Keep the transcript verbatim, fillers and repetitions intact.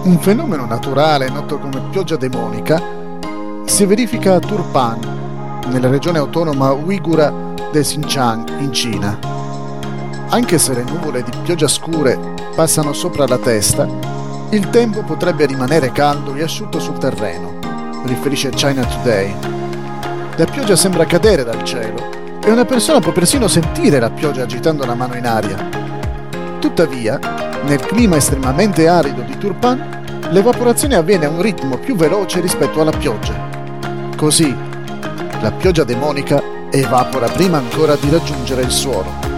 Un fenomeno naturale noto come pioggia demonica si verifica a Turpan, nella regione autonoma uigura del Xinjiang, in Cina. Anche se le nuvole di pioggia scure passano sopra la testa, il tempo potrebbe rimanere caldo e asciutto sul terreno, riferisce China Today. La pioggia sembra cadere dal cielo e una persona può persino sentire la pioggia agitando la mano in aria. Tuttavia, nel clima estremamente arido di Turpan, l'evaporazione avviene a un ritmo più veloce rispetto alla pioggia. Così, la pioggia demonica evapora prima ancora di raggiungere il suolo.